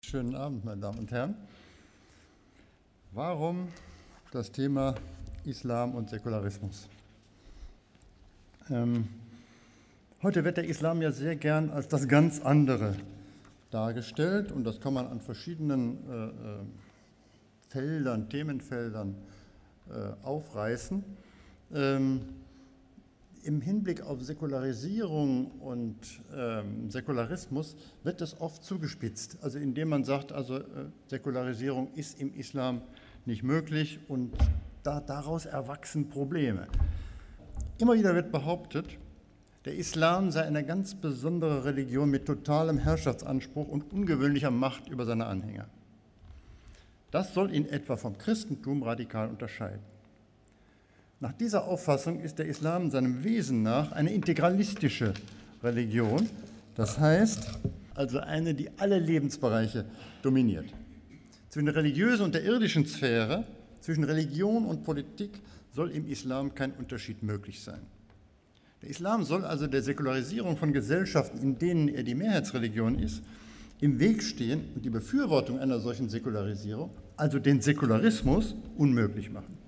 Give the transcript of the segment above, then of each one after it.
Schönen Abend, meine Damen und Herren. Warum das Thema Islam und Säkularismus? Heute wird der Islam ja sehr gern als das ganz andere dargestellt und das kann man an verschiedenen Themenfeldern aufreißen. Im Hinblick auf Säkularisierung und Säkularismus wird das oft zugespitzt, also indem man sagt, Säkularisierung ist im Islam nicht möglich und daraus erwachsen Probleme. Immer wieder wird behauptet, der Islam sei eine ganz besondere Religion mit totalem Herrschaftsanspruch und ungewöhnlicher Macht über seine Anhänger. Das soll ihn etwa vom Christentum radikal unterscheiden. Nach dieser Auffassung ist der Islam seinem Wesen nach eine integralistische Religion, das heißt also eine, die alle Lebensbereiche dominiert. Zwischen der religiösen und der irdischen Sphäre, zwischen Religion und Politik soll im Islam kein Unterschied möglich sein. Der Islam soll also der Säkularisierung von Gesellschaften, in denen er die Mehrheitsreligion ist, im Weg stehen und die Befürwortung einer solchen Säkularisierung, also den Säkularismus, unmöglich machen.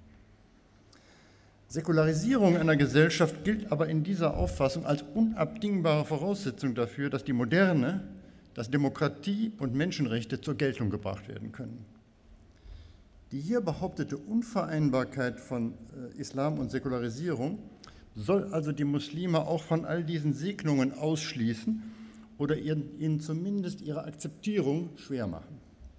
Säkularisierung einer Gesellschaft gilt aber in dieser Auffassung als unabdingbare Voraussetzung dafür, dass die Moderne, dass Demokratie und Menschenrechte zur Geltung gebracht werden können. Die hier behauptete Unvereinbarkeit von Islam und Säkularisierung soll also die Muslime auch von all diesen Segnungen ausschließen oder ihnen zumindest ihre Akzeptierung schwer machen.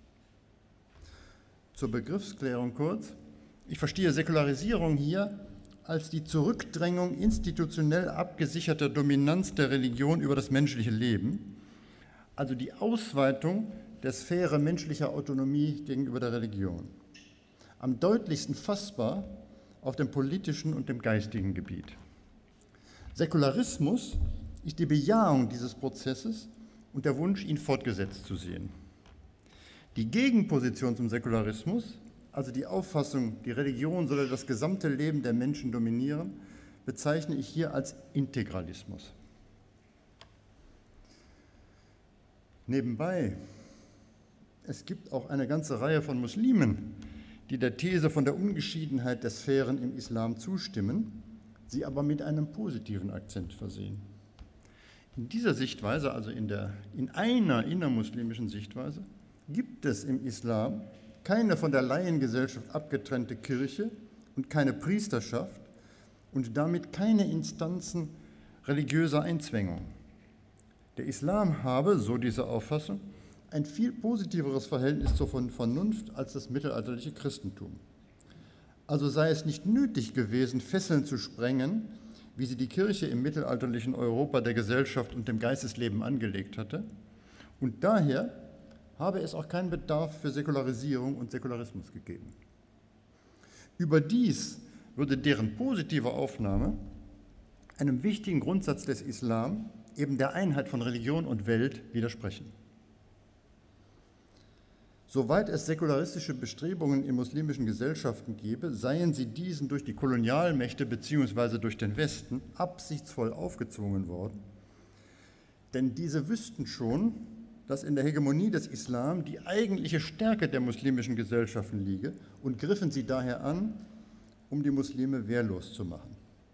Zur Begriffsklärung kurz. Ich verstehe Säkularisierung hier als die Zurückdrängung institutionell abgesicherter Dominanz der Religion über das menschliche Leben, also die Ausweitung der Sphäre menschlicher Autonomie gegenüber der Religion. Am deutlichsten fassbar auf dem politischen und dem geistigen Gebiet. Säkularismus ist die Bejahung dieses Prozesses und der Wunsch, ihn fortgesetzt zu sehen. Die Gegenposition zum Säkularismus, also die Auffassung, die Religion solle das gesamte Leben der Menschen dominieren, bezeichne ich hier als Integralismus. Nebenbei, es gibt auch eine ganze Reihe von Muslimen, die der These von der Ungeschiedenheit der Sphären im Islam zustimmen, sie aber mit einem positiven Akzent versehen. In dieser Sichtweise, also in einer innermuslimischen Sichtweise, gibt es im Islam keine von der Laiengesellschaft abgetrennte Kirche und keine Priesterschaft und damit keine Instanzen religiöser Einzwängung. Der Islam habe, so diese Auffassung, ein viel positiveres Verhältnis zur Vernunft als das mittelalterliche Christentum. Also sei es nicht nötig gewesen, Fesseln zu sprengen, wie sie die Kirche im mittelalterlichen Europa der Gesellschaft und dem Geistesleben angelegt hatte, und daher habe es auch keinen Bedarf für Säkularisierung und Säkularismus gegeben. Überdies würde deren positive Aufnahme einem wichtigen Grundsatz des Islam, eben der Einheit von Religion und Welt, widersprechen. Soweit es säkularistische Bestrebungen in muslimischen Gesellschaften gebe, seien sie diesen durch die Kolonialmächte bzw. durch den Westen absichtsvoll aufgezwungen worden, denn diese wüssten schon, dass in der Hegemonie des Islam die eigentliche Stärke der muslimischen Gesellschaften liege und griffen sie daher an, um die Muslime wehrlos zu machen.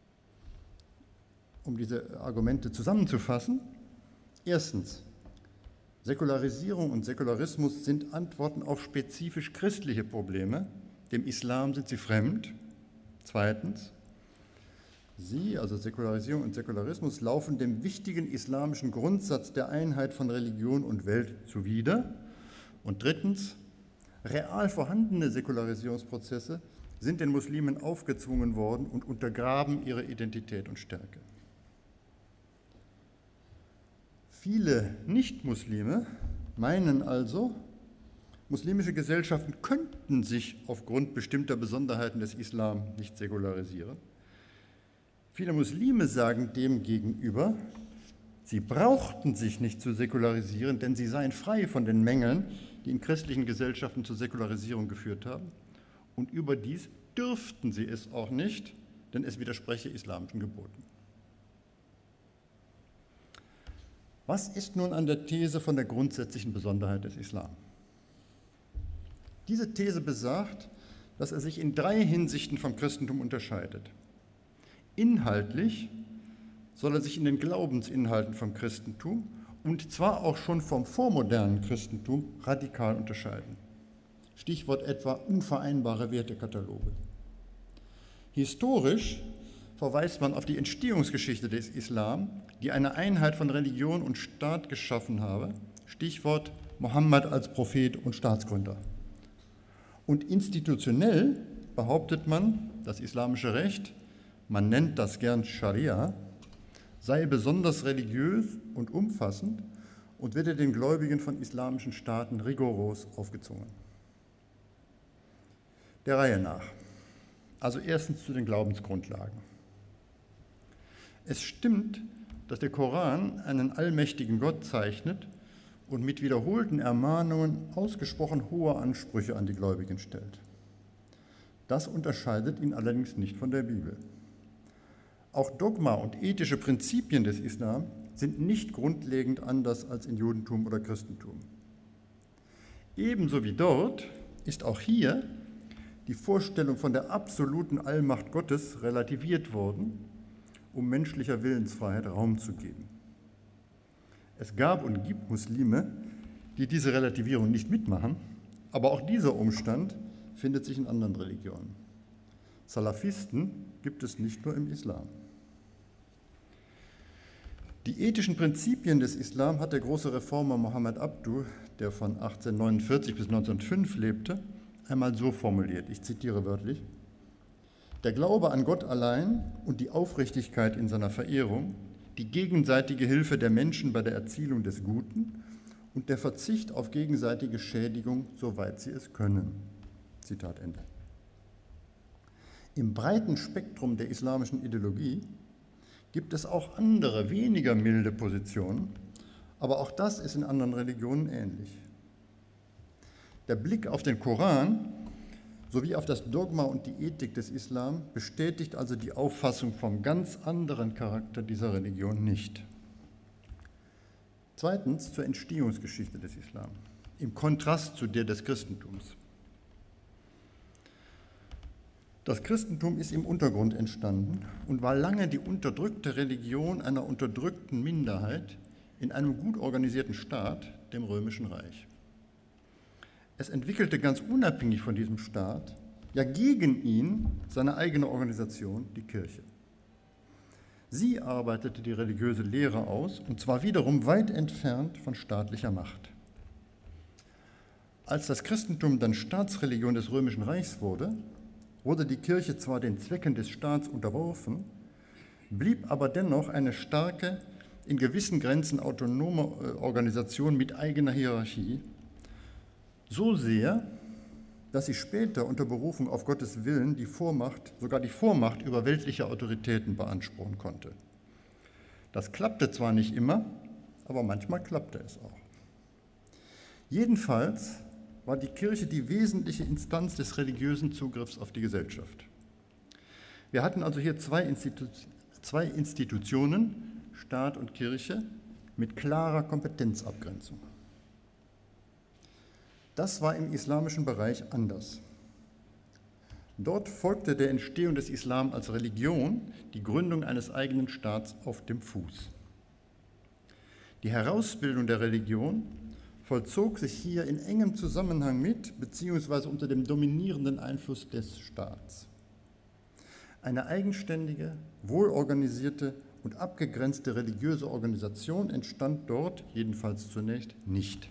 Um diese Argumente zusammenzufassen: Erstens, Säkularisierung und Säkularismus sind Antworten auf spezifisch christliche Probleme, dem Islam sind sie fremd. Zweitens, sie, also Säkularisierung und Säkularismus, laufen dem wichtigen islamischen Grundsatz der Einheit von Religion und Welt zuwider. Und drittens, real vorhandene Säkularisierungsprozesse sind den Muslimen aufgezwungen worden und untergraben ihre Identität und Stärke. Viele Nicht-Muslime meinen also, muslimische Gesellschaften könnten sich aufgrund bestimmter Besonderheiten des Islam nicht säkularisieren. Viele Muslime sagen dem gegenüber, sie brauchten sich nicht zu säkularisieren, denn sie seien frei von den Mängeln, die in christlichen Gesellschaften zur Säkularisierung geführt haben. Und überdies dürften sie es auch nicht, denn es widerspreche islamischen Geboten. Was ist nun an der These von der grundsätzlichen Besonderheit des Islam? Diese These besagt, dass er sich in 3 Hinsichten vom Christentum unterscheidet. Inhaltlich soll er sich in den Glaubensinhalten vom Christentum und zwar auch schon vom vormodernen Christentum radikal unterscheiden. Stichwort etwa unvereinbare Wertekataloge. Historisch verweist man auf die Entstehungsgeschichte des Islam, die eine Einheit von Religion und Staat geschaffen habe. Stichwort Mohammed als Prophet und Staatsgründer. Und institutionell behauptet man, das islamische Recht, man nennt das gern Scharia, sei besonders religiös und umfassend und werde den Gläubigen von islamischen Staaten rigoros aufgezwungen. Der Reihe nach. Also erstens zu den Glaubensgrundlagen. Es stimmt, dass der Koran einen allmächtigen Gott zeichnet und mit wiederholten Ermahnungen ausgesprochen hohe Ansprüche an die Gläubigen stellt. Das unterscheidet ihn allerdings nicht von der Bibel. Auch Dogma und ethische Prinzipien des Islam sind nicht grundlegend anders als in Judentum oder Christentum. Ebenso wie dort ist auch hier die Vorstellung von der absoluten Allmacht Gottes relativiert worden, um menschlicher Willensfreiheit Raum zu geben. Es gab und gibt Muslime, die diese Relativierung nicht mitmachen, aber auch dieser Umstand findet sich in anderen Religionen. Salafisten gibt es nicht nur im Islam. Die ethischen Prinzipien des Islam hat der große Reformer Mohammed Abduh, der von 1849 bis 1905 lebte, einmal so formuliert, ich zitiere wörtlich: Der Glaube an Gott allein und die Aufrichtigkeit in seiner Verehrung, die gegenseitige Hilfe der Menschen bei der Erzielung des Guten und der Verzicht auf gegenseitige Schädigung, soweit sie es können. Zitat Ende. Im breiten Spektrum der islamischen Ideologie gibt es auch andere, weniger milde Positionen, aber auch das ist in anderen Religionen ähnlich. Der Blick auf den Koran sowie auf das Dogma und die Ethik des Islam bestätigt also die Auffassung vom ganz anderen Charakter dieser Religion nicht. Zweitens zur Entstehungsgeschichte des Islam, im Kontrast zu der des Christentums. Das Christentum ist im Untergrund entstanden und war lange die unterdrückte Religion einer unterdrückten Minderheit in einem gut organisierten Staat, dem Römischen Reich. Es entwickelte ganz unabhängig von diesem Staat, ja gegen ihn, seine eigene Organisation, die Kirche. Sie arbeitete die religiöse Lehre aus, und zwar wiederum weit entfernt von staatlicher Macht. Als das Christentum dann Staatsreligion des Römischen Reichs wurde, wurde die Kirche zwar den Zwecken des Staats unterworfen, blieb aber dennoch eine starke, in gewissen Grenzen autonome Organisation mit eigener Hierarchie, so sehr, dass sie später unter Berufung auf Gottes Willen sogar die Vormacht über weltliche Autoritäten beanspruchen konnte. Das klappte zwar nicht immer, aber manchmal klappte es auch. Jedenfalls war die Kirche die wesentliche Instanz des religiösen Zugriffs auf die Gesellschaft. Wir hatten also hier zwei Institutionen, Staat und Kirche, mit klarer Kompetenzabgrenzung. Das war im islamischen Bereich anders. Dort folgte der Entstehung des Islam als Religion die Gründung eines eigenen Staats auf dem Fuß. Die Herausbildung der Religion vollzog sich hier in engem Zusammenhang mit bzw. unter dem dominierenden Einfluss des Staats. Eine eigenständige, wohlorganisierte und abgegrenzte religiöse Organisation entstand dort, jedenfalls zunächst, nicht.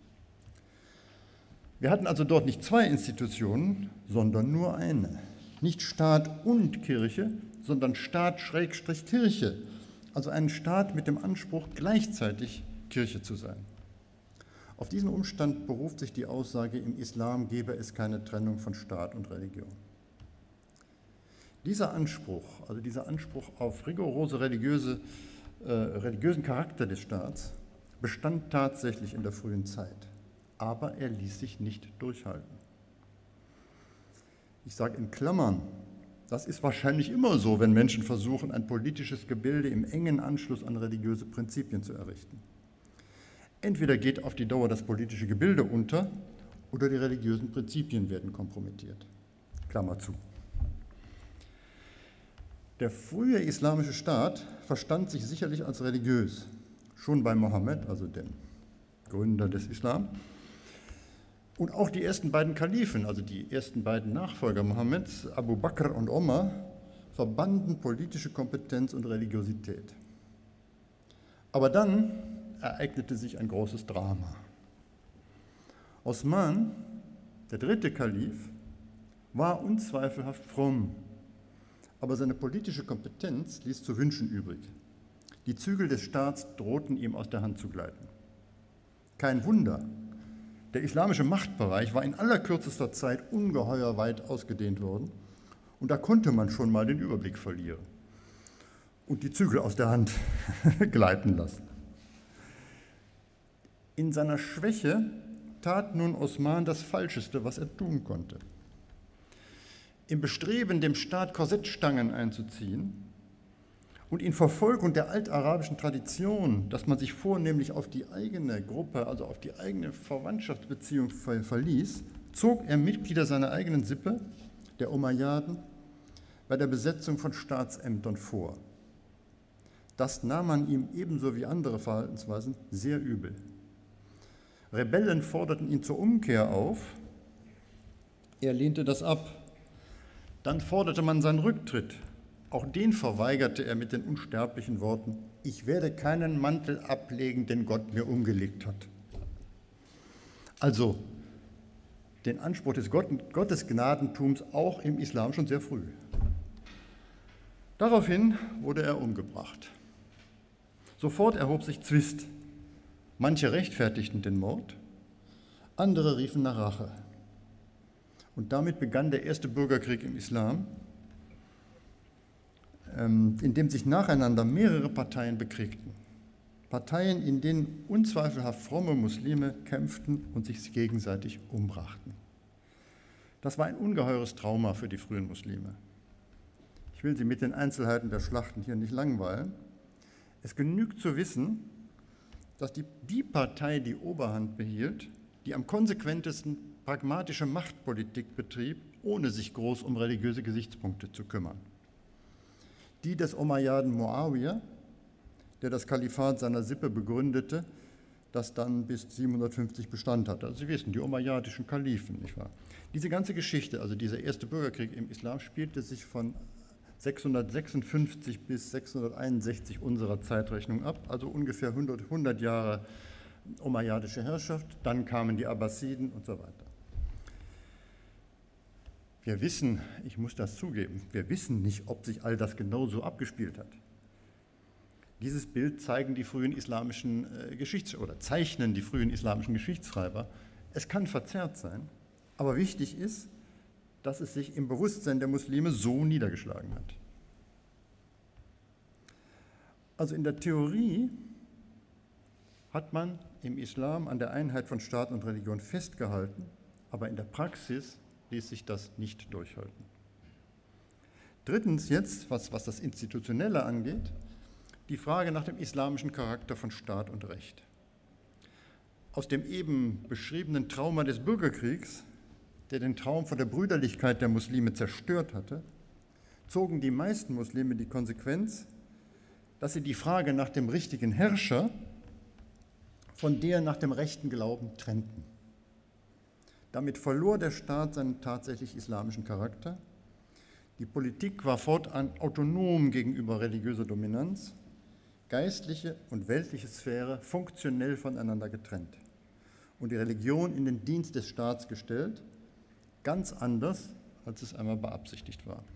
Wir hatten also dort nicht zwei Institutionen, sondern nur eine. Nicht Staat und Kirche, sondern Staat-Kirche, also einen Staat mit dem Anspruch, gleichzeitig Kirche zu sein. Auf diesen Umstand beruft sich die Aussage, im Islam gebe es keine Trennung von Staat und Religion. Dieser Anspruch, also dieser Anspruch auf rigorose religiösen Charakter des Staats, bestand tatsächlich in der frühen Zeit. Aber er ließ sich nicht durchhalten. Ich sage in Klammern, das ist wahrscheinlich immer so, wenn Menschen versuchen, ein politisches Gebilde im engen Anschluss an religiöse Prinzipien zu errichten. Entweder geht auf die Dauer das politische Gebilde unter oder die religiösen Prinzipien werden kompromittiert. Klammer zu. Der frühe islamische Staat verstand sich sicherlich als religiös, schon bei Mohammed, also dem Gründer des Islam. Und auch die ersten beiden Kalifen, also die ersten beiden Nachfolger Mohammeds, Abu Bakr und Omar, verbanden politische Kompetenz und Religiosität. Aber dann ereignete sich ein großes Drama. Osman, der dritte Kalif, war unzweifelhaft fromm, aber seine politische Kompetenz ließ zu wünschen übrig. Die Zügel des Staats drohten ihm aus der Hand zu gleiten. Kein Wunder, der islamische Machtbereich war in allerkürzester Zeit ungeheuer weit ausgedehnt worden und da konnte man schon mal den Überblick verlieren und die Zügel aus der Hand gleiten lassen. In seiner Schwäche tat nun Osman das Falscheste, was er tun konnte. Im Bestreben, dem Staat Korsettstangen einzuziehen und in Verfolgung der altarabischen Tradition, dass man sich vornehmlich auf die eigene Gruppe, also auf die eigene Verwandtschaftsbeziehung verließ, zog er Mitglieder seiner eigenen Sippe, der Umayyaden, bei der Besetzung von Staatsämtern vor. Das nahm man ihm ebenso wie andere Verhaltensweisen sehr übel. Rebellen forderten ihn zur Umkehr auf, er lehnte das ab. Dann forderte man seinen Rücktritt. Auch den verweigerte er mit den unsterblichen Worten: Ich werde keinen Mantel ablegen, den Gott mir umgelegt hat. Also den Anspruch des Gottesgnadentums auch im Islam schon sehr früh. Daraufhin wurde er umgebracht. Sofort erhob sich Zwist. Manche rechtfertigten den Mord, andere riefen nach Rache. Und damit begann der erste Bürgerkrieg im Islam, in dem sich nacheinander mehrere Parteien bekriegten. Parteien, in denen unzweifelhaft fromme Muslime kämpften und sich gegenseitig umbrachten. Das war ein ungeheures Trauma für die frühen Muslime. Ich will Sie mit den Einzelheiten der Schlachten hier nicht langweilen. Es genügt zu wissen, dass die Partei die Oberhand behielt, die am konsequentesten pragmatische Machtpolitik betrieb, ohne sich groß um religiöse Gesichtspunkte zu kümmern. Die des Umayyaden Muawiyah, der das Kalifat seiner Sippe begründete, das dann bis 750 Bestand hatte. Also Sie wissen, die umayyadischen Kalifen, nicht wahr? Diese ganze Geschichte, also dieser erste Bürgerkrieg im Islam, spielte sich von 656 bis 661 unserer Zeitrechnung ab, also ungefähr 100 Jahre umayyadische Herrschaft, dann kamen die Abbasiden und so weiter. Wir wissen, ich muss das zugeben, wir wissen nicht, ob sich all das genauso abgespielt hat. Dieses Bild zeichnen die frühen islamischen Geschichtsschreiber. Es kann verzerrt sein, aber wichtig ist, dass es sich im Bewusstsein der Muslime so niedergeschlagen hat. Also in der Theorie hat man im Islam an der Einheit von Staat und Religion festgehalten, aber in der Praxis ließ sich das nicht durchhalten. Drittens jetzt, was das Institutionelle angeht, die Frage nach dem islamischen Charakter von Staat und Recht. Aus dem eben beschriebenen Trauma des Bürgerkriegs, der den Traum von der Brüderlichkeit der Muslime zerstört hatte, zogen die meisten Muslime die Konsequenz, dass sie die Frage nach dem richtigen Herrscher von der nach dem rechten Glauben trennten. Damit verlor der Staat seinen tatsächlich islamischen Charakter. Die Politik war fortan autonom gegenüber religiöser Dominanz, geistliche und weltliche Sphäre funktionell voneinander getrennt und die Religion in den Dienst des Staats gestellt, ganz anders, als es einmal beabsichtigt war.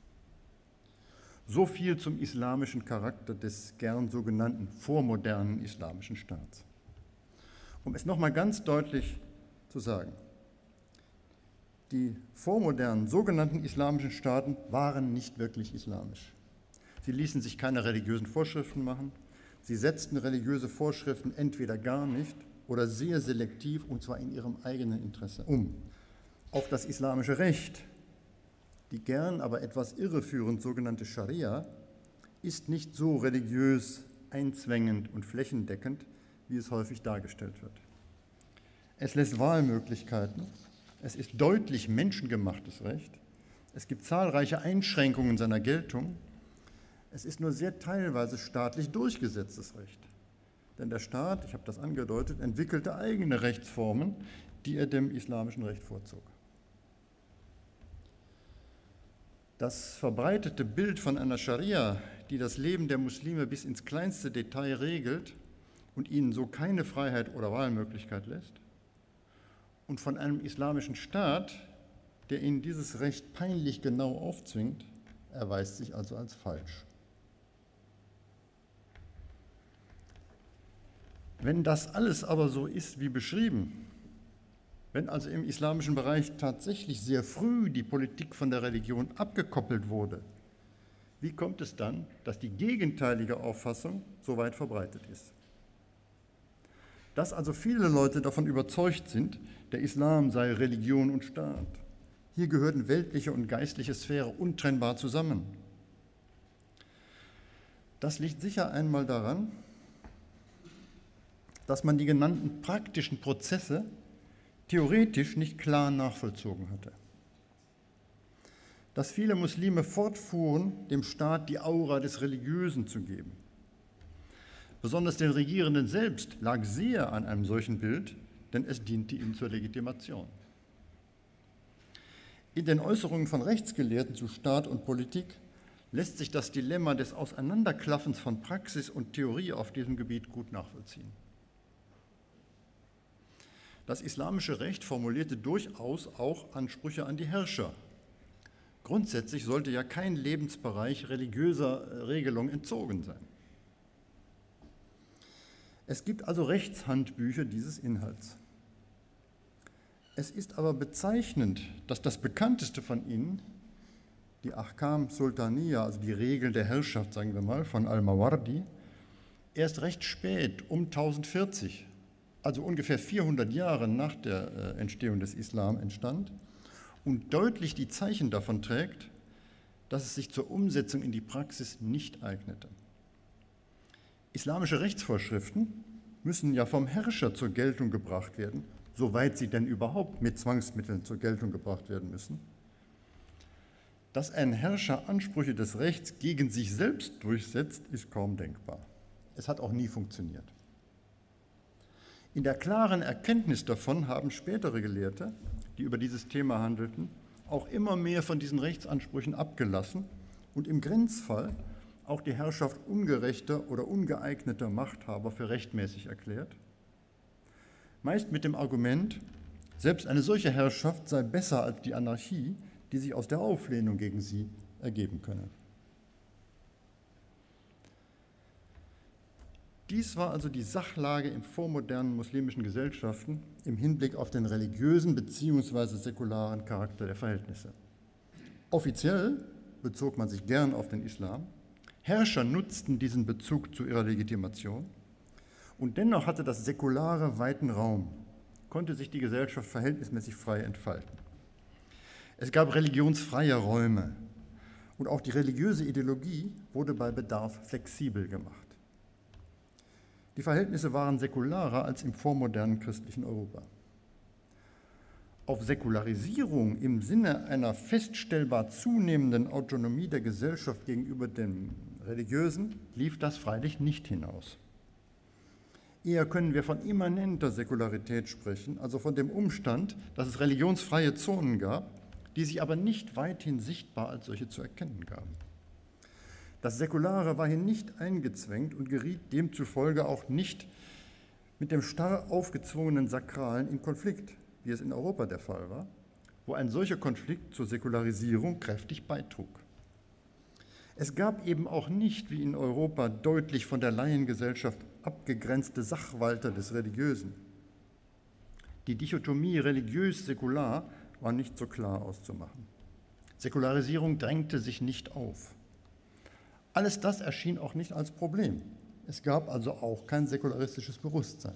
So viel zum islamischen Charakter des gern sogenannten vormodernen islamischen Staats. Um es nochmal ganz deutlich zu sagen, die vormodernen sogenannten islamischen Staaten waren nicht wirklich islamisch. Sie ließen sich keine religiösen Vorschriften machen, sie setzten religiöse Vorschriften entweder gar nicht oder sehr selektiv, und zwar in ihrem eigenen Interesse, um. Auch das islamische Recht, die gern, aber etwas irreführend sogenannte Scharia, ist nicht so religiös einzwängend und flächendeckend, wie es häufig dargestellt wird. Es lässt Wahlmöglichkeiten, es ist deutlich menschengemachtes Recht, es gibt zahlreiche Einschränkungen seiner Geltung, es ist nur sehr teilweise staatlich durchgesetztes Recht. Denn der Staat, ich habe das angedeutet, entwickelte eigene Rechtsformen, die er dem islamischen Recht vorzog. Das verbreitete Bild von einer Scharia, die das Leben der Muslime bis ins kleinste Detail regelt und ihnen so keine Freiheit oder Wahlmöglichkeit lässt, und von einem islamischen Staat, der ihnen dieses Recht peinlich genau aufzwingt, erweist sich also als falsch. Wenn das alles aber so ist wie beschrieben, wenn also im islamischen Bereich tatsächlich sehr früh die Politik von der Religion abgekoppelt wurde, wie kommt es dann, dass die gegenteilige Auffassung so weit verbreitet ist? Dass also viele Leute davon überzeugt sind, der Islam sei Religion und Staat. Hier gehören weltliche und geistliche Sphäre untrennbar zusammen. Das liegt sicher einmal daran, dass man die genannten praktischen Prozesse theoretisch nicht klar nachvollzogen hatte. Dass viele Muslime fortfuhren, dem Staat die Aura des Religiösen zu geben. Besonders den Regierenden selbst lag sehr an einem solchen Bild, denn es diente ihnen zur Legitimation. In den Äußerungen von Rechtsgelehrten zu Staat und Politik lässt sich das Dilemma des Auseinanderklaffens von Praxis und Theorie auf diesem Gebiet gut nachvollziehen. Das islamische Recht formulierte durchaus auch Ansprüche an die Herrscher. Grundsätzlich sollte ja kein Lebensbereich religiöser Regelung entzogen sein. Es gibt also Rechtshandbücher dieses Inhalts. Es ist aber bezeichnend, dass das bekannteste von ihnen, die Ahkam Sultaniya, also die Regeln der Herrschaft, sagen wir mal, von Al-Mawardi, erst recht spät, um 1040, also ungefähr 400 Jahre nach der Entstehung des Islam, entstand und deutlich die Zeichen davon trägt, dass es sich zur Umsetzung in die Praxis nicht eignete. Islamische Rechtsvorschriften müssen ja vom Herrscher zur Geltung gebracht werden, soweit sie denn überhaupt mit Zwangsmitteln zur Geltung gebracht werden müssen. Dass ein Herrscher Ansprüche des Rechts gegen sich selbst durchsetzt, ist kaum denkbar. Es hat auch nie funktioniert. In der klaren Erkenntnis davon haben spätere Gelehrte, die über dieses Thema handelten, auch immer mehr von diesen Rechtsansprüchen abgelassen und im Grenzfall auch die Herrschaft ungerechter oder ungeeigneter Machthaber für rechtmäßig erklärt, meist mit dem Argument, selbst eine solche Herrschaft sei besser als die Anarchie, die sich aus der Auflehnung gegen sie ergeben könne. Dies war also die Sachlage in vormodernen muslimischen Gesellschaften im Hinblick auf den religiösen bzw. säkularen Charakter der Verhältnisse. Offiziell bezog man sich gern auf den Islam, Herrscher nutzten diesen Bezug zu ihrer Legitimation und dennoch hatte das Säkulare weiten Raum, konnte sich die Gesellschaft verhältnismäßig frei entfalten. Es gab religionsfreie Räume und auch die religiöse Ideologie wurde bei Bedarf flexibel gemacht. Die Verhältnisse waren säkularer als im vormodernen christlichen Europa. Auf Säkularisierung im Sinne einer feststellbar zunehmenden Autonomie der Gesellschaft gegenüber dem Religiösen lief das freilich nicht hinaus. Eher können wir von immanenter Säkularität sprechen, also von dem Umstand, dass es religionsfreie Zonen gab, die sich aber nicht weithin sichtbar als solche zu erkennen gaben. Das Säkulare war hier nicht eingezwängt und geriet demzufolge auch nicht mit dem starr aufgezwungenen Sakralen in Konflikt, wie es in Europa der Fall war, wo ein solcher Konflikt zur Säkularisierung kräftig beitrug. Es gab eben auch nicht, wie in Europa, deutlich von der Laiengesellschaft abgegrenzte Sachwalter des Religiösen. Die Dichotomie religiös-säkular war nicht so klar auszumachen. Säkularisierung drängte sich nicht auf. Alles das erschien auch nicht als Problem. Es gab also auch kein säkularistisches Bewusstsein.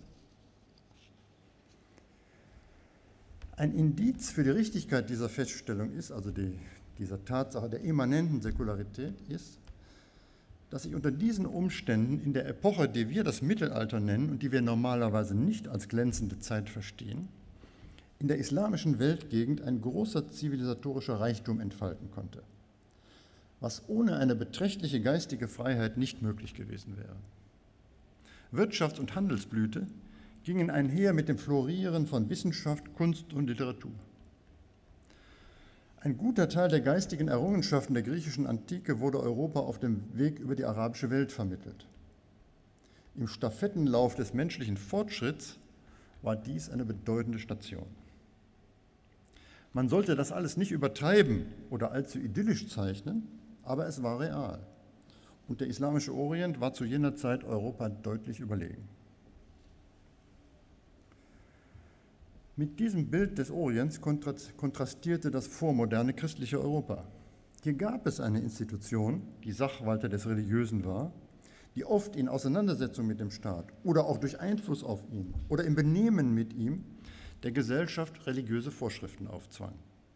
Ein Indiz für die Richtigkeit dieser Feststellung ist, also dieser Tatsache der immanenten Säkularität, ist, dass sich unter diesen Umständen in der Epoche, die wir das Mittelalter nennen und die wir normalerweise nicht als glänzende Zeit verstehen, in der islamischen Weltgegend ein großer zivilisatorischer Reichtum entfalten konnte, was ohne eine beträchtliche geistige Freiheit nicht möglich gewesen wäre. Wirtschafts- und Handelsblüte gingen einher mit dem Florieren von Wissenschaft, Kunst und Literatur. Ein guter Teil der geistigen Errungenschaften der griechischen Antike wurde Europa auf dem Weg über die arabische Welt vermittelt. Im Stafettenlauf des menschlichen Fortschritts war dies eine bedeutende Station. Man sollte das alles nicht übertreiben oder allzu idyllisch zeichnen, aber es war real. Und der islamische Orient war zu jener Zeit Europa deutlich überlegen. Mit diesem Bild des Orients kontrastierte das vormoderne christliche Europa. Hier gab es eine Institution, die Sachwalter des Religiösen war, die oft in Auseinandersetzung mit dem Staat oder auch durch Einfluss auf ihn oder im Benehmen mit ihm der Gesellschaft religiöse Vorschriften aufzwang.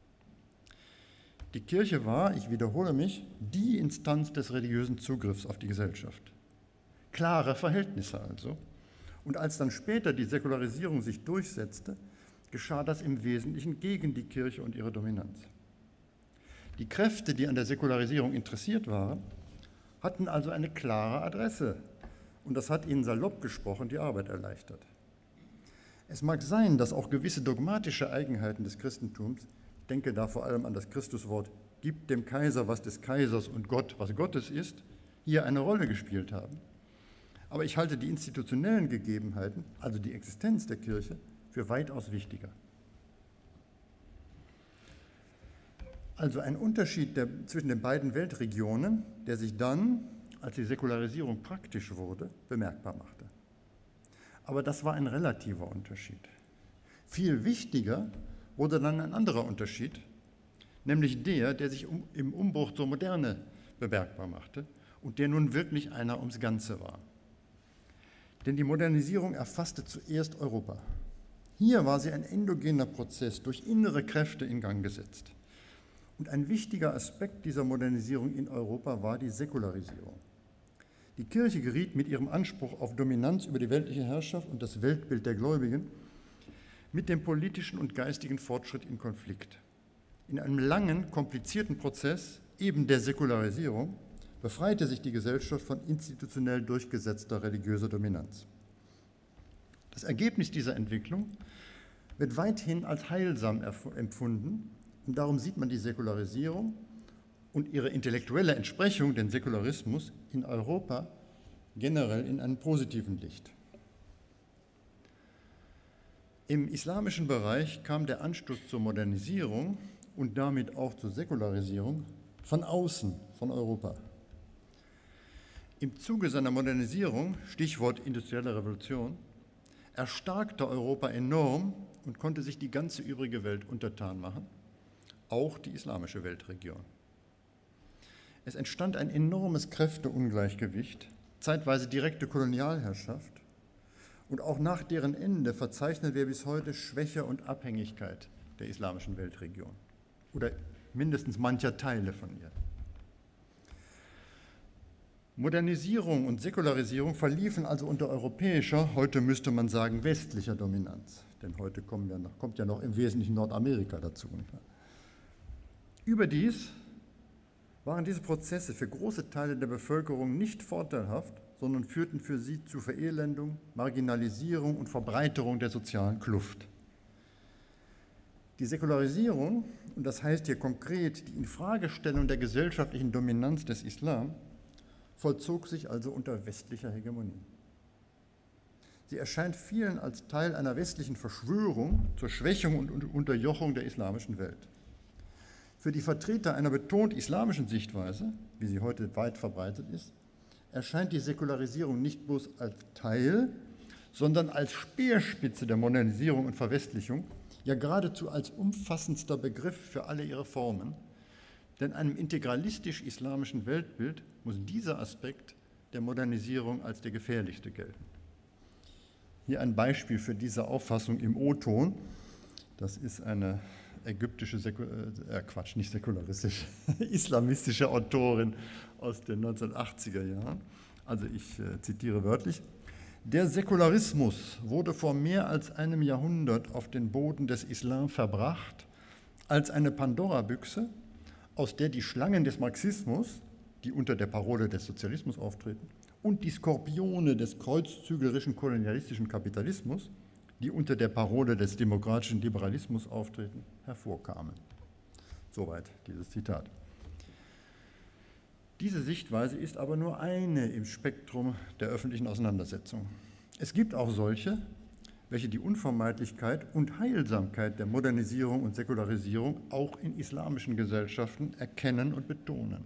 Die Kirche war, ich wiederhole mich, die Instanz des religiösen Zugriffs auf die Gesellschaft. Klare Verhältnisse also. Und als dann später die Säkularisierung sich durchsetzte, geschah das im Wesentlichen gegen die Kirche und ihre Dominanz. Die Kräfte, die an der Säkularisierung interessiert waren, hatten also eine klare Adresse und das hat ihnen salopp gesprochen die Arbeit erleichtert. Es mag sein, dass auch gewisse dogmatische Eigenheiten des Christentums, ich denke da vor allem an das Christuswort, gibt dem Kaiser, was des Kaisers und Gott, was Gottes ist, hier eine Rolle gespielt haben. Aber ich halte die institutionellen Gegebenheiten, also die Existenz der Kirche, für weitaus wichtiger. Also ein Unterschied zwischen den beiden Weltregionen, der sich dann, als die Säkularisierung praktisch wurde, bemerkbar machte. Aber das war ein relativer Unterschied. Viel wichtiger wurde dann ein anderer Unterschied, nämlich der sich im Umbruch zur Moderne bemerkbar machte und der nun wirklich einer ums Ganze war. Denn die Modernisierung erfasste zuerst Europa. Hier war sie ein endogener Prozess durch innere Kräfte in Gang gesetzt. Und ein wichtiger Aspekt dieser Modernisierung in Europa war die Säkularisierung. Die Kirche geriet mit ihrem Anspruch auf Dominanz über die weltliche Herrschaft und das Weltbild der Gläubigen mit dem politischen und geistigen Fortschritt in Konflikt. In einem langen, komplizierten Prozess, eben der Säkularisierung, befreite sich die Gesellschaft von institutionell durchgesetzter religiöser Dominanz. Das Ergebnis dieser Entwicklung wird weithin als heilsam empfunden und darum sieht man die Säkularisierung und ihre intellektuelle Entsprechung, den Säkularismus, in Europa generell in einem positiven Licht. Im islamischen Bereich kam der Anstoß zur Modernisierung und damit auch zur Säkularisierung von außen, von Europa. Im Zuge seiner Modernisierung, Stichwort industrielle Revolution, erstarkte Europa enorm und konnte sich die ganze übrige Welt untertan machen, auch die islamische Weltregion. Es entstand ein enormes Kräfteungleichgewicht, zeitweise direkte Kolonialherrschaft und auch nach deren Ende verzeichnen wir bis heute Schwäche und Abhängigkeit der islamischen Weltregion oder mindestens mancher Teile von ihr. Modernisierung und Säkularisierung verliefen also unter europäischer, heute müsste man sagen westlicher Dominanz, denn heute kommt ja noch im Wesentlichen Nordamerika dazu. Überdies waren diese Prozesse für große Teile der Bevölkerung nicht vorteilhaft, sondern führten für sie zu Verelendung, Marginalisierung und Verbreiterung der sozialen Kluft. Die Säkularisierung, und das heißt hier konkret die Infragestellung der gesellschaftlichen Dominanz des Islam, vollzog sich also unter westlicher Hegemonie. Sie erscheint vielen als Teil einer westlichen Verschwörung zur Schwächung und Unterjochung der islamischen Welt. Für die Vertreter einer betont islamischen Sichtweise, wie sie heute weit verbreitet ist, erscheint die Säkularisierung nicht bloß als Teil, sondern als Speerspitze der Modernisierung und Verwestlichung, ja geradezu als umfassendster Begriff für alle ihre Formen, denn einem integralistisch-islamischen Weltbild muss dieser Aspekt der Modernisierung als der gefährlichste gelten. Hier ein Beispiel für diese Auffassung im O-Ton. Das ist eine ägyptische, nicht säkularistische, islamistische Autorin aus den 1980er Jahren. Also ich zitiere wörtlich: Der Säkularismus wurde vor mehr als einem Jahrhundert auf den Boden des Islam verbracht als eine Pandora-Büchse, aus der die Schlangen des Marxismus, die unter der Parole des Sozialismus auftreten, und die Skorpione des kreuzzügerischen kolonialistischen Kapitalismus, die unter der Parole des demokratischen Liberalismus auftreten, hervorkamen. Soweit dieses Zitat. Diese Sichtweise ist aber nur eine im Spektrum der öffentlichen Auseinandersetzung. Es gibt auch solche, welche die Unvermeidlichkeit und Heilsamkeit der Modernisierung und Säkularisierung auch in islamischen Gesellschaften erkennen und betonen.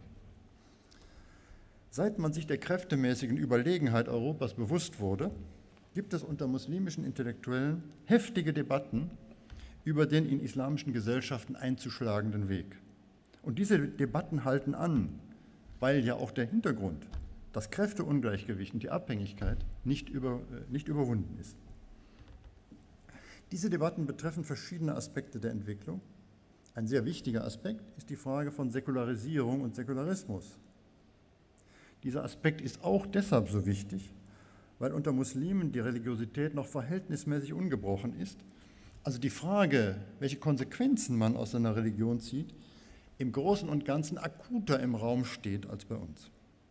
Seit man sich der kräftemäßigen Überlegenheit Europas bewusst wurde, gibt es unter muslimischen Intellektuellen heftige Debatten über den in islamischen Gesellschaften einzuschlagenden Weg. Und diese Debatten halten an, weil ja auch der Hintergrund, das Kräfteungleichgewicht und die Abhängigkeit nicht überwunden ist. Diese Debatten betreffen verschiedene Aspekte der Entwicklung. Ein sehr wichtiger Aspekt ist die Frage von Säkularisierung und Säkularismus. Dieser Aspekt ist auch deshalb so wichtig, weil unter Muslimen die Religiosität noch verhältnismäßig ungebrochen ist. Also die Frage, welche Konsequenzen man aus seiner Religion zieht, im Großen und Ganzen akuter im Raum steht als bei uns.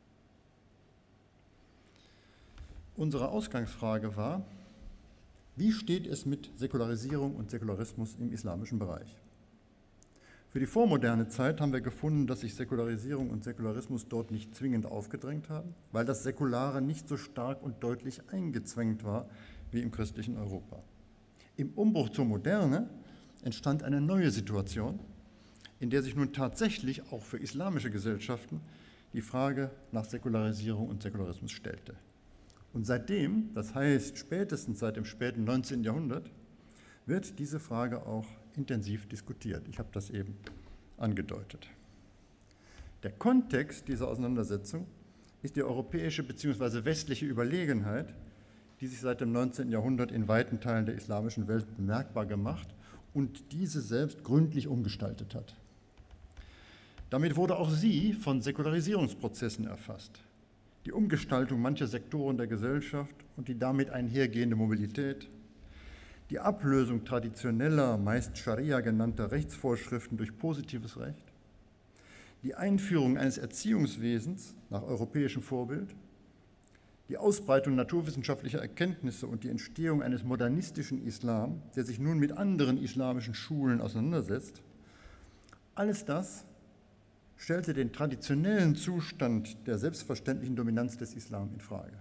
Unsere Ausgangsfrage war: Wie steht es mit Säkularisierung und Säkularismus im islamischen Bereich? Für die vormoderne Zeit haben wir gefunden, dass sich Säkularisierung und Säkularismus dort nicht zwingend aufgedrängt haben, weil das Säkulare nicht so stark und deutlich eingezwängt war wie im christlichen Europa. Im Umbruch zur Moderne entstand eine neue Situation, in der sich nun tatsächlich auch für islamische Gesellschaften die Frage nach Säkularisierung und Säkularismus stellte. Und seitdem, das heißt spätestens seit dem späten 19. Jahrhundert, wird diese Frage auch intensiv diskutiert. Ich habe das eben angedeutet. Der Kontext dieser Auseinandersetzung ist die europäische bzw. westliche Überlegenheit, die sich seit dem 19. Jahrhundert in weiten Teilen der islamischen Welt bemerkbar gemacht und diese selbst gründlich umgestaltet hat. Damit wurde auch sie von Säkularisierungsprozessen erfasst. Die Umgestaltung mancher Sektoren der Gesellschaft und die damit einhergehende Mobilität, die Ablösung traditioneller, meist Scharia genannter Rechtsvorschriften durch positives Recht, die Einführung eines Erziehungswesens nach europäischem Vorbild, die Ausbreitung naturwissenschaftlicher Erkenntnisse und die Entstehung eines modernistischen Islam, der sich nun mit anderen islamischen Schulen auseinandersetzt, alles das stellte den traditionellen Zustand der selbstverständlichen Dominanz des Islam in Frage.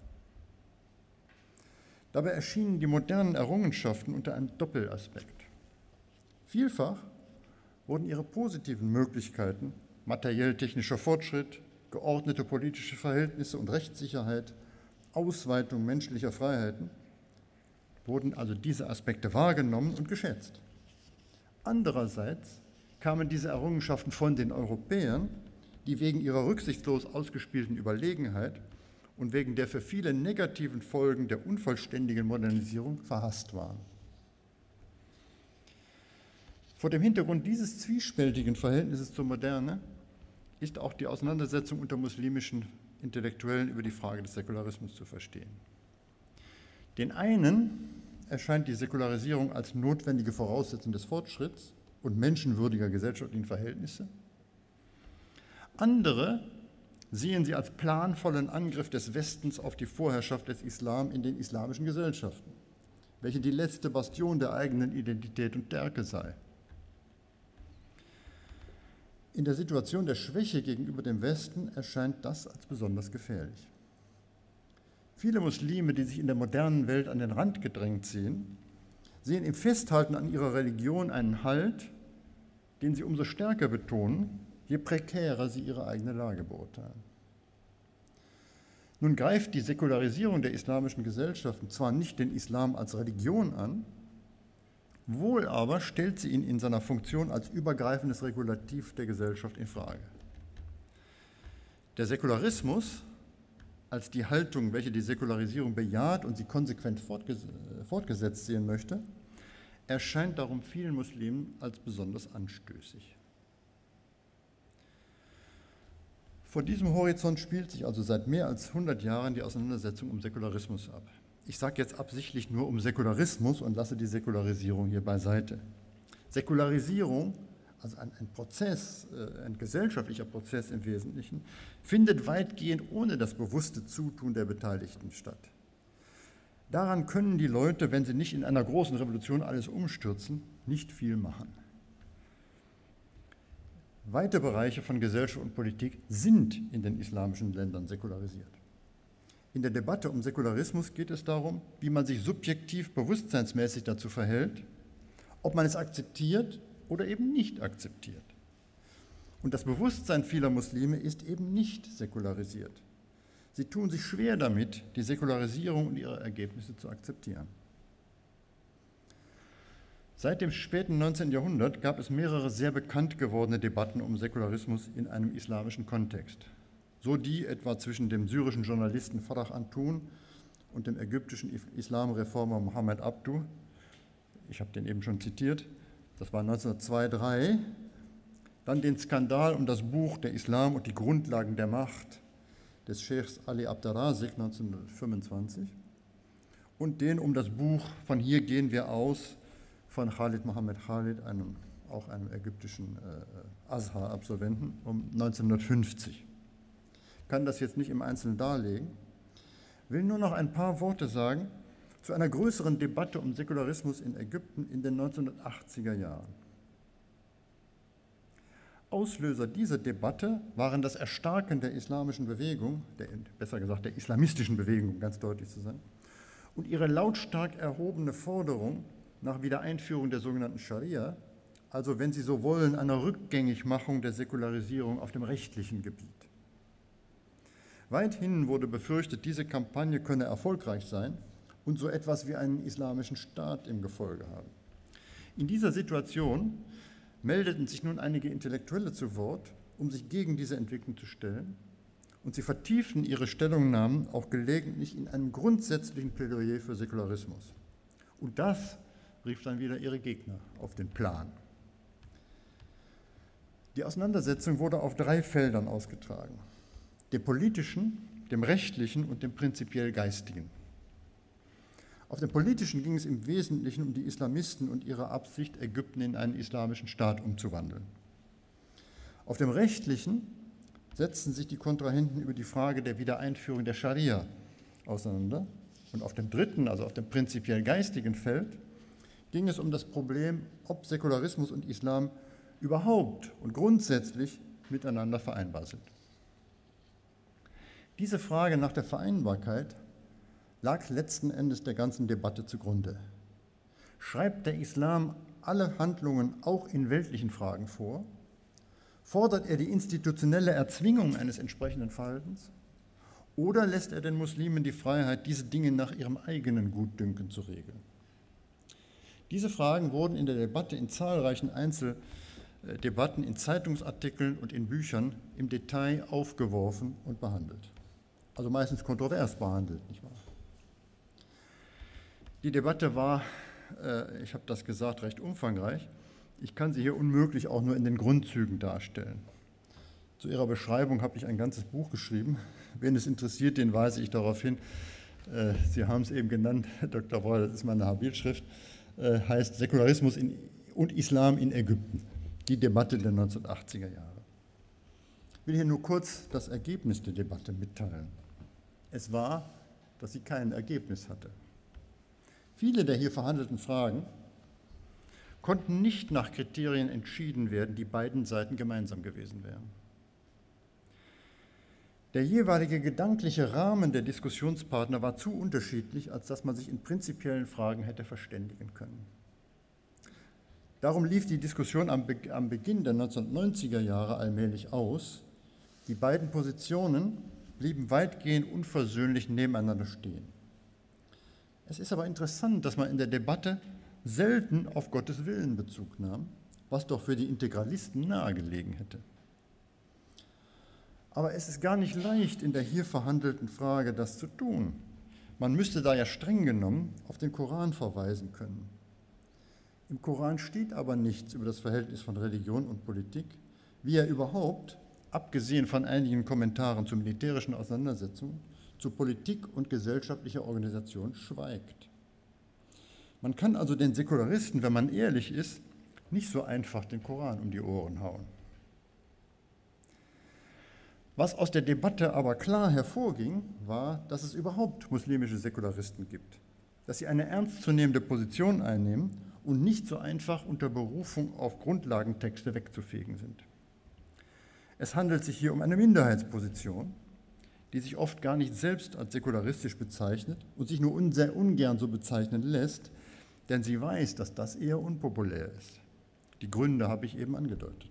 Dabei erschienen die modernen Errungenschaften unter einem Doppelaspekt. Vielfach wurden ihre positiven Möglichkeiten, materiell-technischer Fortschritt, geordnete politische Verhältnisse und Rechtssicherheit, Ausweitung menschlicher Freiheiten, wurden also diese Aspekte wahrgenommen und geschätzt. Andererseits kamen diese Errungenschaften von den Europäern, die wegen ihrer rücksichtslos ausgespielten Überlegenheit und wegen der für viele negativen Folgen der unvollständigen Modernisierung verhasst waren. Vor dem Hintergrund dieses zwiespältigen Verhältnisses zur Moderne ist auch die Auseinandersetzung unter muslimischen Intellektuellen über die Frage des Säkularismus zu verstehen. Den einen erscheint die Säkularisierung als notwendige Voraussetzung des Fortschritts und menschenwürdiger gesellschaftlichen Verhältnisse. Andere sehen sie als planvollen Angriff des Westens auf die Vorherrschaft des Islam in den islamischen Gesellschaften, welche die letzte Bastion der eigenen Identität und Stärke sei. In der Situation der Schwäche gegenüber dem Westen erscheint das als besonders gefährlich. Viele Muslime, die sich in der modernen Welt an den Rand gedrängt sehen im Festhalten an ihrer Religion einen Halt, den sie umso stärker betonen, je prekärer sie ihre eigene Lage beurteilen. Nun greift die Säkularisierung der islamischen Gesellschaften zwar nicht den Islam als Religion an, wohl aber stellt sie ihn in seiner Funktion als übergreifendes Regulativ der Gesellschaft in Frage. Der Säkularismus als die Haltung, welche die Säkularisierung bejaht und sie konsequent fortgesetzt sehen möchte, erscheint darum vielen Muslimen als besonders anstößig. Vor diesem Horizont spielt sich also seit mehr als 100 Jahren die Auseinandersetzung um Säkularismus ab. Ich sage jetzt absichtlich nur um Säkularismus und lasse die Säkularisierung hier beiseite. Säkularisierung, also ein Prozess, ein gesellschaftlicher Prozess im Wesentlichen, findet weitgehend ohne das bewusste Zutun der Beteiligten statt. Daran können die Leute, wenn sie nicht in einer großen Revolution alles umstürzen, nicht viel machen. Weite Bereiche von Gesellschaft und Politik sind in den islamischen Ländern säkularisiert. In der Debatte um Säkularismus geht es darum, wie man sich subjektiv bewusstseinsmäßig dazu verhält, ob man es akzeptiert oder eben nicht akzeptiert. Und das Bewusstsein vieler Muslime ist eben nicht säkularisiert. Sie tun sich schwer damit, die Säkularisierung und ihre Ergebnisse zu akzeptieren. Seit dem späten 19. Jahrhundert gab es mehrere sehr bekannt gewordene Debatten um Säkularismus in einem islamischen Kontext. So die etwa zwischen dem syrischen Journalisten Farah Antun und dem ägyptischen Islamreformer Mohammed Abduh. Ich habe den eben schon zitiert, das war 1902/3. Dann den Skandal um das Buch Der Islam und die Grundlagen der Macht des Scheichs Ali Abderrazik 1925 und den um das Buch Von hier gehen wir aus von Khalid Mohammed Khalid, auch einem ägyptischen Azhar-Absolventen, um 1950. Ich kann das jetzt nicht im Einzelnen darlegen, will nur noch ein paar Worte sagen zu einer größeren Debatte um Säkularismus in Ägypten in den 1980er Jahren. Auslöser dieser Debatte waren das Erstarken der islamischen Bewegung, besser gesagt der islamistischen Bewegung, um ganz deutlich zu sein, und ihre lautstark erhobene Forderung nach Wiedereinführung der sogenannten Scharia, also wenn Sie so wollen, einer Rückgängigmachung der Säkularisierung auf dem rechtlichen Gebiet. Weithin wurde befürchtet, diese Kampagne könne erfolgreich sein und so etwas wie einen islamischen Staat im Gefolge haben. In dieser Situation meldeten sich nun einige Intellektuelle zu Wort, um sich gegen diese Entwicklung zu stellen, und sie vertieften ihre Stellungnahmen auch gelegentlich in einem grundsätzlichen Plädoyer für Säkularismus. Und das rief dann wieder ihre Gegner auf den Plan. Die Auseinandersetzung wurde auf 3 Feldern ausgetragen: dem politischen, dem rechtlichen und dem prinzipiell geistigen. Auf dem politischen ging es im Wesentlichen um die Islamisten und ihre Absicht, Ägypten in einen islamischen Staat umzuwandeln. Auf dem rechtlichen setzten sich die Kontrahenten über die Frage der Wiedereinführung der Scharia auseinander. Und auf dem dritten, also auf dem prinzipiell geistigen Feld, ging es um das Problem, ob Säkularismus und Islam überhaupt und grundsätzlich miteinander vereinbar sind. Diese Frage nach der Vereinbarkeit lag letzten Endes der ganzen Debatte zugrunde. Schreibt der Islam alle Handlungen auch in weltlichen Fragen vor? Fordert er die institutionelle Erzwingung eines entsprechenden Verhaltens? Oder lässt er den Muslimen die Freiheit, diese Dinge nach ihrem eigenen Gutdünken zu regeln? Diese Fragen wurden in der Debatte in zahlreichen Einzeldebatten, in Zeitungsartikeln und in Büchern im Detail aufgeworfen und behandelt. Also meistens kontrovers behandelt, nicht wahr? Die Debatte war, ich habe das gesagt, recht umfangreich. Ich kann sie hier unmöglich auch nur in den Grundzügen darstellen. Zu ihrer Beschreibung habe ich ein ganzes Buch geschrieben. Wen es interessiert, den weise ich darauf hin. Sie haben es eben genannt, Herr Dr. Breuer, das ist meine Habilschrift, heißt Säkularismus und Islam in Ägypten, die Debatte der 1980er Jahre. Ich will hier nur kurz das Ergebnis der Debatte mitteilen. Es war, dass sie kein Ergebnis hatte. Viele der hier verhandelten Fragen konnten nicht nach Kriterien entschieden werden, die beiden Seiten gemeinsam gewesen wären. Der jeweilige gedankliche Rahmen der Diskussionspartner war zu unterschiedlich, als dass man sich in prinzipiellen Fragen hätte verständigen können. Darum lief die Diskussion am Beginn der 1990er Jahre allmählich aus. Die beiden Positionen blieben weitgehend unversöhnlich nebeneinander stehen. Es ist aber interessant, dass man in der Debatte selten auf Gottes Willen Bezug nahm, was doch für die Integralisten nahegelegen hätte. Aber es ist gar nicht leicht, in der hier verhandelten Frage das zu tun. Man müsste da ja streng genommen auf den Koran verweisen können. Im Koran steht aber nichts über das Verhältnis von Religion und Politik, wie er überhaupt, abgesehen von einigen Kommentaren zu militärischen Auseinandersetzungen, zu Politik und gesellschaftlicher Organisation schweigt. Man kann also den Säkularisten, wenn man ehrlich ist, nicht so einfach den Koran um die Ohren hauen. Was aus der Debatte aber klar hervorging, war, dass es überhaupt muslimische Säkularisten gibt, dass sie eine ernstzunehmende Position einnehmen und nicht so einfach unter Berufung auf Grundlagentexte wegzufegen sind. Es handelt sich hier um eine Minderheitsposition, die sich oft gar nicht selbst als säkularistisch bezeichnet und sich nur sehr ungern so bezeichnen lässt, denn sie weiß, dass das eher unpopulär ist. Die Gründe habe ich eben angedeutet.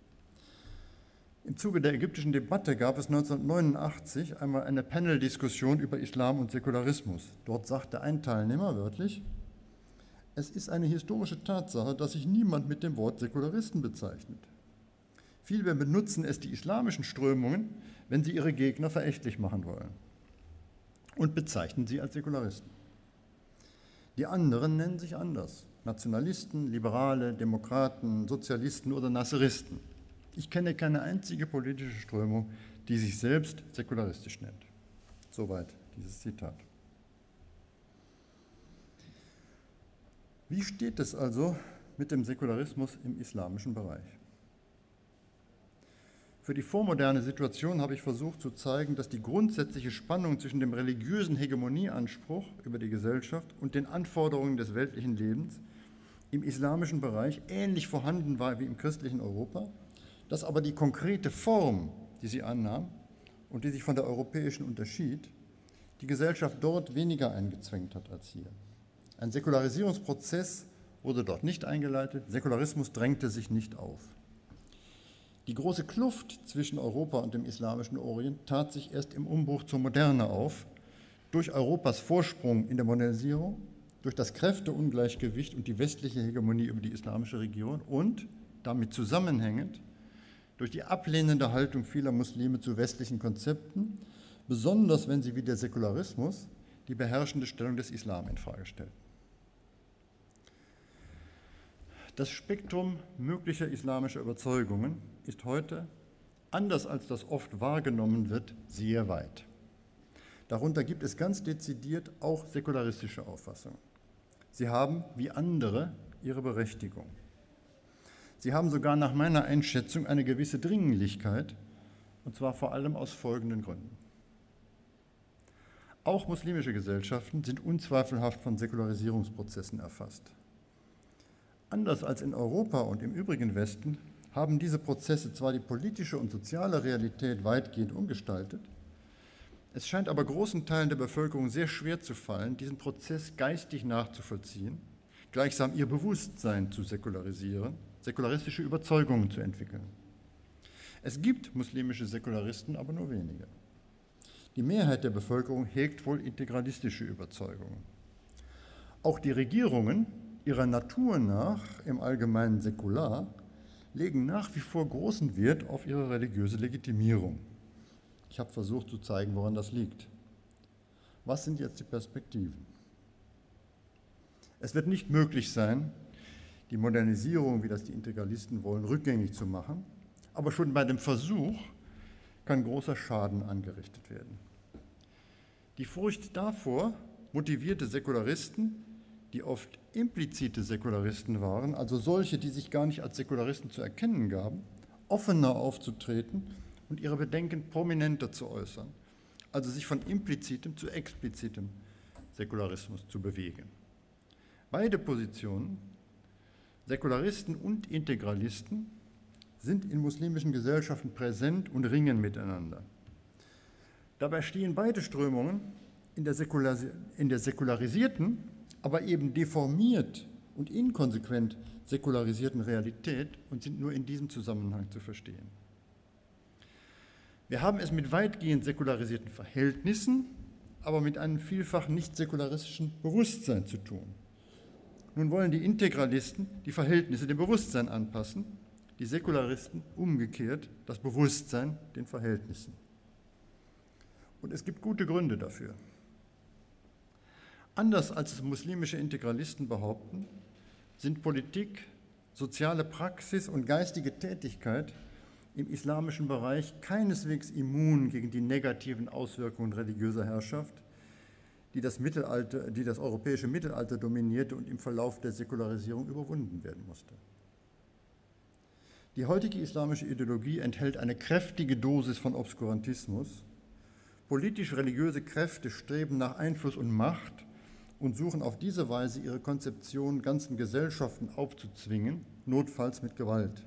Im Zuge der ägyptischen Debatte gab es 1989 einmal eine Panel-Diskussion über Islam und Säkularismus. Dort sagte ein Teilnehmer wörtlich: Es ist eine historische Tatsache, dass sich niemand mit dem Wort Säkularisten bezeichnet. Vielmehr benutzen es die islamischen Strömungen, wenn sie ihre Gegner verächtlich machen wollen, und bezeichnen sie als Säkularisten. Die anderen nennen sich anders: Nationalisten, Liberale, Demokraten, Sozialisten oder Nasseristen. Ich kenne keine einzige politische Strömung, die sich selbst säkularistisch nennt. Soweit dieses Zitat. Wie steht es also mit dem Säkularismus im islamischen Bereich? Für die vormoderne Situation habe ich versucht zu zeigen, dass die grundsätzliche Spannung zwischen dem religiösen Hegemonieanspruch über die Gesellschaft und den Anforderungen des weltlichen Lebens im islamischen Bereich ähnlich vorhanden war wie im christlichen Europa, dass aber die konkrete Form, die sie annahm und die sich von der europäischen unterschied, die Gesellschaft dort weniger eingezwängt hat als hier. Ein Säkularisierungsprozess wurde dort nicht eingeleitet, Säkularismus drängte sich nicht auf. Die große Kluft zwischen Europa und dem islamischen Orient tat sich erst im Umbruch zur Moderne auf, durch Europas Vorsprung in der Modernisierung, durch das Kräfteungleichgewicht und die westliche Hegemonie über die islamische Region und, damit zusammenhängend, durch die ablehnende Haltung vieler Muslime zu westlichen Konzepten, besonders wenn sie wie der Säkularismus die beherrschende Stellung des Islam infrage stellten. Das Spektrum möglicher islamischer Überzeugungen ist heute, anders als das oft wahrgenommen wird, sehr weit. Darunter gibt es ganz dezidiert auch säkularistische Auffassungen. Sie haben, wie andere, ihre Berechtigung. Sie haben sogar nach meiner Einschätzung eine gewisse Dringlichkeit, und zwar vor allem aus folgenden Gründen. Auch muslimische Gesellschaften sind unzweifelhaft von Säkularisierungsprozessen erfasst. Anders als in Europa und im übrigen Westen haben diese Prozesse zwar die politische und soziale Realität weitgehend umgestaltet, es scheint aber großen Teilen der Bevölkerung sehr schwer zu fallen, diesen Prozess geistig nachzuvollziehen, gleichsam ihr Bewusstsein zu säkularisieren, säkularistische Überzeugungen zu entwickeln. Es gibt muslimische Säkularisten, aber nur wenige. Die Mehrheit der Bevölkerung hegt wohl integralistische Überzeugungen. Auch die Regierungen, ihrer Natur nach im Allgemeinen säkular, legen nach wie vor großen Wert auf ihre religiöse Legitimierung. Ich habe versucht zu zeigen, woran das liegt. Was sind jetzt die Perspektiven? Es wird nicht möglich sein, die Modernisierung, wie das die Integralisten wollen, rückgängig zu machen, aber schon bei dem Versuch kann großer Schaden angerichtet werden. Die Furcht davor motivierte Säkularisten, die oft implizite Säkularisten waren, also solche, die sich gar nicht als Säkularisten zu erkennen gaben, offener aufzutreten und ihre Bedenken prominenter zu äußern, also sich von implizitem zu explizitem Säkularismus zu bewegen. Beide Positionen, Säkularisten und Integralisten, sind in muslimischen Gesellschaften präsent und ringen miteinander. Dabei stehen beide Strömungen in der säkularisierten, aber eben deformiert und inkonsequent säkularisierten Realität und sind nur in diesem Zusammenhang zu verstehen. Wir haben es mit weitgehend säkularisierten Verhältnissen, aber mit einem vielfach nicht säkularistischen Bewusstsein zu tun. Nun wollen die Integralisten die Verhältnisse dem Bewusstsein anpassen, die Säkularisten umgekehrt das Bewusstsein den Verhältnissen. Und es gibt gute Gründe dafür. Anders als es muslimische Integralisten behaupten, sind Politik, soziale Praxis und geistige Tätigkeit im islamischen Bereich keineswegs immun gegen die negativen Auswirkungen religiöser Herrschaft, die das europäische Mittelalter dominierte und im Verlauf der Säkularisierung überwunden werden musste. Die heutige islamische Ideologie enthält eine kräftige Dosis von Obskurantismus. Politisch-religiöse Kräfte streben nach Einfluss und Macht und suchen auf diese Weise ihre Konzeption ganzen Gesellschaften aufzuzwingen, notfalls mit Gewalt.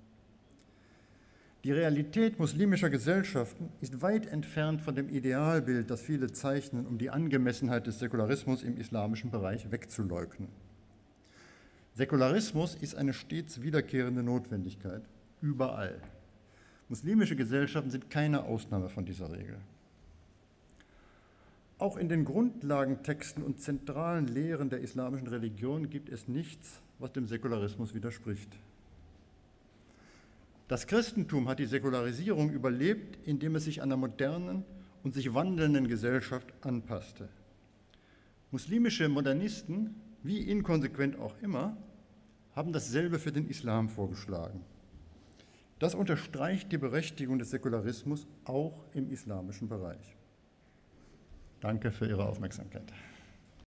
Die Realität muslimischer Gesellschaften ist weit entfernt von dem Idealbild, das viele zeichnen, um die Angemessenheit des Säkularismus im islamischen Bereich wegzuleugnen. Säkularismus ist eine stets wiederkehrende Notwendigkeit, überall. Muslimische Gesellschaften sind keine Ausnahme von dieser Regel. Auch in den Grundlagentexten und zentralen Lehren der islamischen Religion gibt es nichts, was dem Säkularismus widerspricht. Das Christentum hat die Säkularisierung überlebt, indem es sich einer modernen und sich wandelnden Gesellschaft anpasste. Muslimische Modernisten, wie inkonsequent auch immer, haben dasselbe für den Islam vorgeschlagen. Das unterstreicht die Berechtigung des Säkularismus auch im islamischen Bereich. Danke für Ihre Aufmerksamkeit.